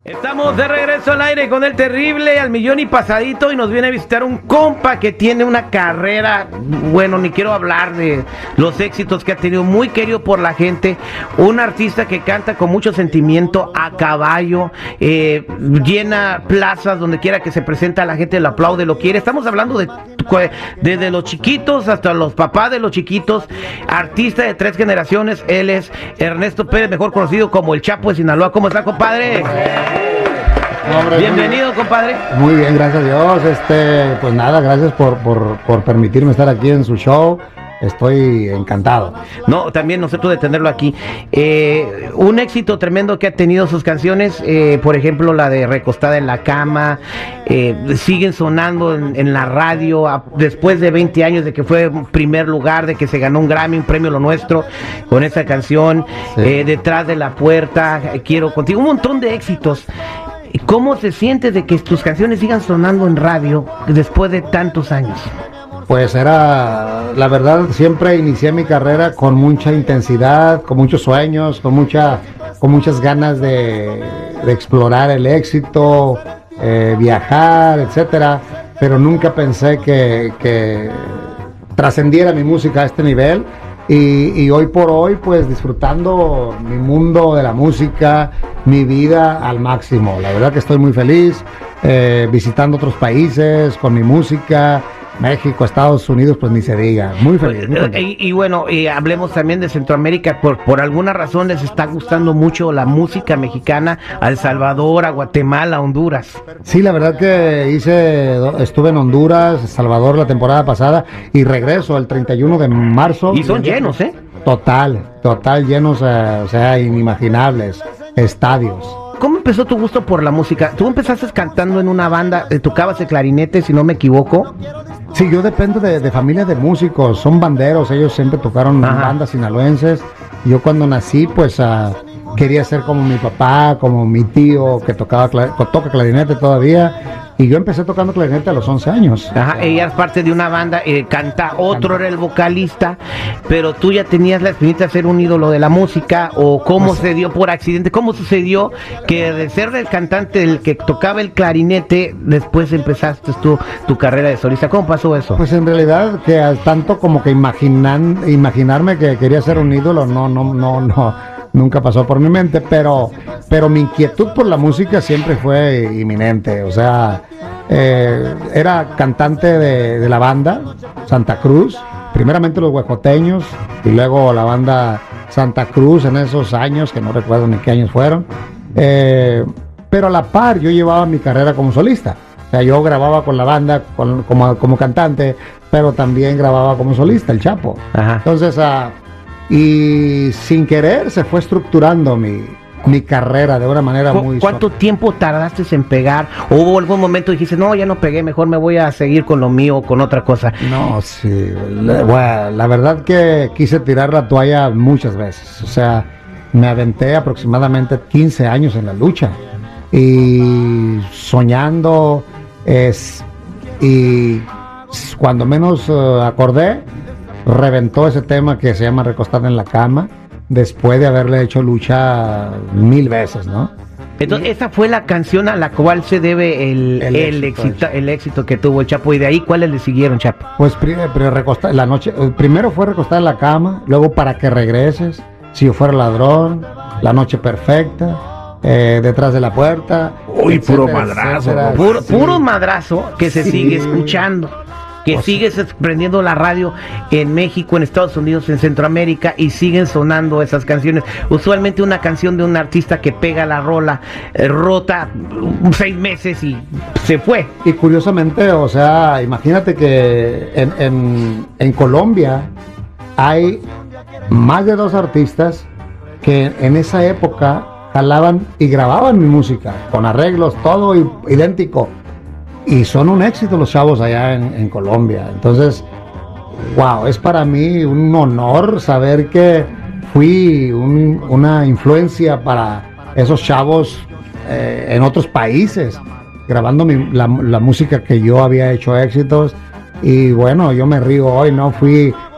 Estamos de regreso al aire con el terrible al millón y pasadito, y nos viene a visitar un compa que tiene una carrera, bueno, ni quiero hablar de los éxitos que ha tenido, muy querido por la gente, un artista que canta con mucho sentimiento, a caballo, llena plazas donde quiera que se presenta, la gente lo aplaude, lo quiere. Estamos hablando desde los chiquitos hasta los papás de los chiquitos, artista de 3 generaciones. Él es Ernesto Pérez, mejor conocido como el Chapo de Sinaloa. ¿Cómo está, compadre? Hombre, bienvenido, compadre. Muy bien, gracias a Dios. Pues nada, gracias por permitirme estar aquí en su show. Estoy encantado. No, también nosotros de tenerlo aquí. Un éxito tremendo que ha tenido sus canciones, por ejemplo, la de Recostada en la Cama, siguen sonando en la radio después de 20 años de que fue primer lugar, de que se ganó un Grammy, un premio Lo Nuestro, con esa canción, sí. Detrás de la Puerta, Quiero Contigo, un montón de éxitos. ¿Cómo se siente de que tus canciones sigan sonando en radio después de tantos años? Pues la verdad, siempre inicié mi carrera con mucha intensidad, con muchos sueños, con muchas ganas de explorar el éxito, viajar, etcétera, pero nunca pensé que trascendiera mi música a este nivel. Y hoy por hoy, pues disfrutando mi mundo de la música, mi vida al máximo. La verdad que estoy muy feliz, visitando otros países con mi música. México, Estados Unidos, pues ni se diga, muy feliz. Y bueno, hablemos también de Centroamérica. Por alguna razón les está gustando mucho la música mexicana, a El Salvador, a Guatemala, a Honduras. Sí, la verdad que estuve en Honduras, El Salvador la temporada pasada, y regreso el 31 de marzo. Y son llenos, Total llenos, o sea, inimaginables, estadios. ¿Cómo empezó tu gusto por la música? Tú empezaste cantando en una banda, tocabas el clarinete, si no me equivoco. Sí, yo dependo de familia de músicos, son banderos, ellos siempre tocaron bandas sinaloenses. Yo cuando nací, pues quería ser como mi papá, como mi tío, que toca clarinete todavía. Y yo empecé tocando clarinete a los 11 años. Ajá, ella es parte de una banda, canta, otro era el vocalista, pero tú ya tenías la espinita de ser un ídolo de la música, o cómo se dio por accidente, cómo sucedió que de ser el cantante, el que tocaba el clarinete, después empezaste tu carrera de solista. ¿Cómo pasó eso? Pues en realidad, que al tanto como que imaginarme que quería ser un ídolo, no. Nunca pasó por mi mente, pero mi inquietud por la música siempre fue inminente. O sea, era cantante de la banda Santa Cruz, primeramente los Huejoteños y luego la banda Santa Cruz en esos años, que no recuerdo ni qué años fueron, pero a la par yo llevaba mi carrera como solista. O sea, yo grababa con la banda como cantante, pero también grababa como solista, el Chapo. Ajá. Entonces, y sin querer se fue estructurando mi carrera de una manera muy... ¿Cuánto tiempo tardaste en pegar? ¿O hubo algún momento dijiste, no, ya no pegué, mejor me voy a seguir con lo mío, con otra cosa? No, sí, la verdad que quise tirar la toalla muchas veces. O sea, me aventé aproximadamente 15 años en la lucha y soñando, y cuando menos acordé, reventó ese tema que se llama Recostada en la Cama, después de haberle hecho lucha 1000 veces, ¿no? Entonces, esa fue la canción a la cual se debe el éxito que tuvo el Chapo. Y de ahí, ¿cuáles le siguieron, Chapo? Pues primero fue Recostada en la Cama, luego Para que regreses, Si yo fuera ladrón, La noche perfecta, Detrás de la puerta. Uy, etcétera, puro madrazo, etcétera, puro madrazo que se sigue escuchando, que sigues prendiendo la radio en México, en Estados Unidos, en Centroamérica, y siguen sonando esas canciones. Usualmente una canción de un artista que pega la rola, rota 6 meses y se fue. Y curiosamente, o sea, imagínate que en Colombia hay más de 2 artistas que en esa época jalaban y grababan mi música, con arreglos, todo idéntico. Y son un éxito los chavos allá en Colombia. Entonces, wow, es para mí un honor saber que fui una influencia para esos chavos en otros países, grabando la música que yo había hecho éxitos. Y bueno, yo me río hoy, ¿no? Fui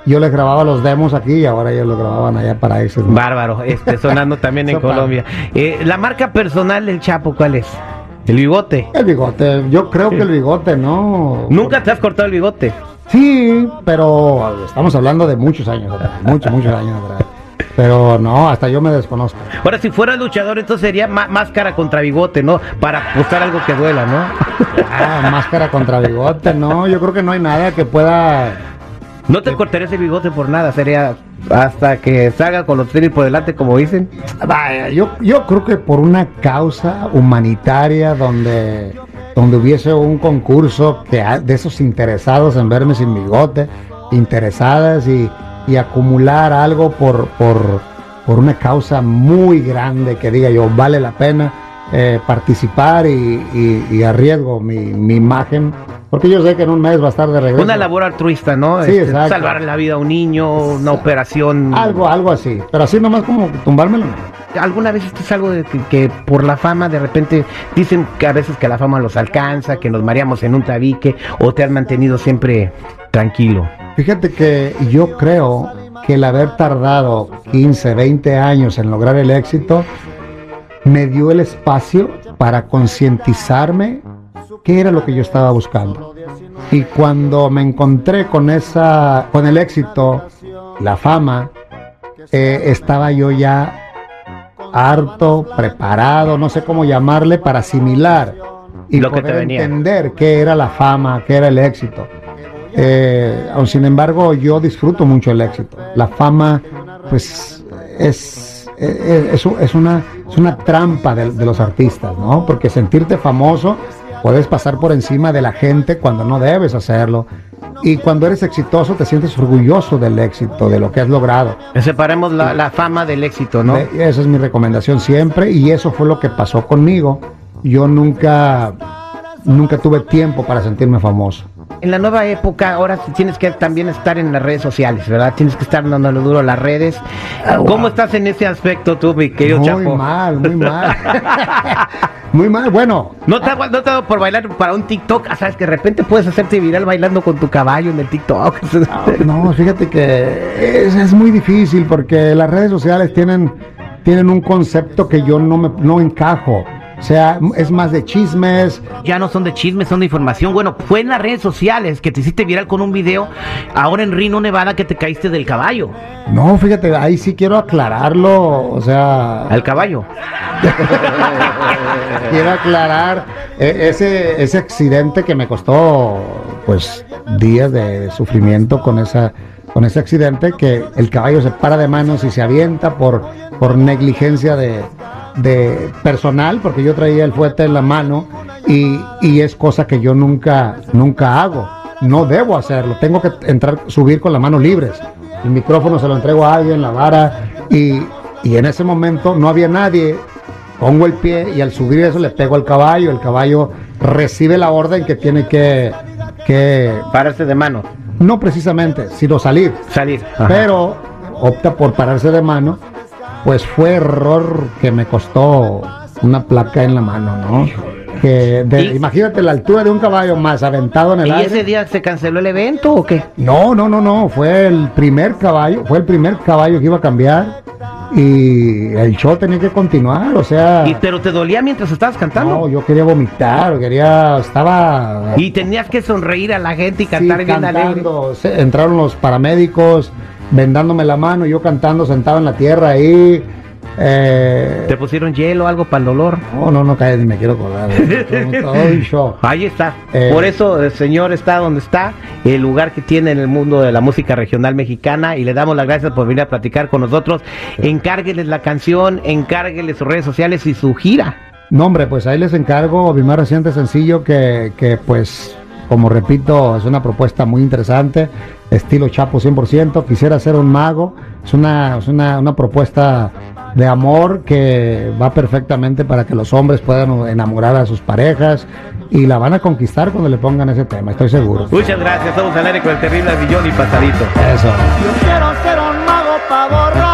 yo les grababa los demos aquí y ahora ellos los grababan allá para Exes. Bárbaro, sonando también en Sopa. Colombia. La marca personal del Chapo, ¿cuál es? ¿El bigote? El bigote, yo creo que el bigote, ¿no? ¿Nunca te has cortado el bigote? Sí, pero estamos hablando de muchos años atrás, muchos años atrás. Pero no, hasta yo me desconozco. Ahora, si fuera luchador, entonces sería máscara contra bigote, ¿no? Para buscar algo que duela, ¿no? Máscara contra bigote, no, yo creo que no hay nada que pueda... No te cortarías el bigote por nada, sería hasta que salga con los tenis por delante, como dicen. Vaya, yo creo que por una causa humanitaria donde hubiese un concurso de esos interesados en verme sin bigote, interesadas y acumular algo por una causa muy grande que diga yo vale la pena participar y arriesgo mi imagen, porque yo sé que en un mes va a estar de regreso. Una labor altruista, ¿no? Sí, exacto. Salvar la vida a un niño, una operación. Algo así, pero así nomás como tumbármelo. ¿Alguna vez esto es algo de que por la fama de repente dicen que a veces que la fama los alcanza, que nos mareamos en un tabique, o te has mantenido siempre tranquilo? Fíjate que yo creo que el haber tardado 15, 20 años en lograr el éxito me dio el espacio para concientizarme qué era lo que yo estaba buscando. Y cuando me encontré con el éxito, la fama, estaba yo ya harto, preparado, no sé cómo llamarle, para asimilar y lo que te poder venía. entender qué era la fama, qué era el éxito. Aun sin embargo, yo disfruto mucho el éxito. La fama, pues, es una trampa de los artistas, ¿no? Porque sentirte famoso, puedes pasar por encima de la gente cuando no debes hacerlo. Y cuando eres exitoso, te sientes orgulloso del éxito, de lo que has logrado. Separemos la fama del éxito, ¿no? Esa es mi recomendación siempre, y eso fue lo que pasó conmigo. Yo nunca tuve tiempo para sentirme famoso. En la nueva época, ahora tienes que también estar en las redes sociales, ¿verdad? Tienes que estar dándole duro a las redes. ¿Cómo estás en ese aspecto tú, mi querido Chapo? Muy mal. Muy mal, bueno. ¿No te ha dado por bailar para un TikTok? Sabes que de repente puedes hacerte viral bailando con tu caballo en el TikTok. No, fíjate que es muy difícil porque las redes sociales tienen un concepto que yo no encajo. O sea, es más de chismes. Ya no son de chismes, son de información. Bueno, fue en las redes sociales que te hiciste viral con un video, ahora en Reno, Nevada, que te caíste del caballo. No, fíjate, ahí sí quiero aclararlo, o sea... ¿Al caballo? Quiero aclarar ese accidente que me costó, pues, días de sufrimiento con ese accidente, que el caballo se para de manos y se avienta por negligencia de personal, porque yo traía el fuete en la mano y es cosa que yo nunca hago. No debo hacerlo, tengo que subir con las manos libres. El micrófono se lo entrego a alguien, la vara, y en ese momento no había nadie. Pongo el pie y al subir eso le pego al caballo. El caballo recibe la orden que tiene que Pararse de mano. no precisamente, sino salir. Ajá. Pero opta por pararse de mano. Pues fue error que me costó una placa en la mano, ¿no? Imagínate la altura de un caballo más aventado en el aire. ¿Y ese día se canceló el evento o qué? No, fue el primer caballo que iba a cambiar y el show tenía que continuar, o sea... ¿Pero te dolía mientras estabas cantando? No, yo quería vomitar, estaba... Y tenías que sonreír a la gente y cantar bien alegre. Entraron los paramédicos vendándome la mano, yo cantando sentado en la tierra ahí. ¿Te pusieron hielo o algo para el dolor? No, cállate, me quiero acordar. Todo un show. Ahí está. Por eso el señor está donde está, el lugar que tiene en el mundo de la música regional mexicana, y le damos las gracias por venir a platicar con nosotros. Encárgueles la canción, encárgueles sus redes sociales y su gira. No, hombre, pues ahí les encargo mi más reciente sencillo que pues, como repito, es una propuesta muy interesante, estilo Chapo 100%, quisiera ser un mago. Es una propuesta de amor que va perfectamente para que los hombres puedan enamorar a sus parejas y la van a conquistar cuando le pongan ese tema, estoy seguro. Muchas gracias, estamos al aire con el terrible Millón y Pasadito. Eso. Yo quiero ser un mago para borrar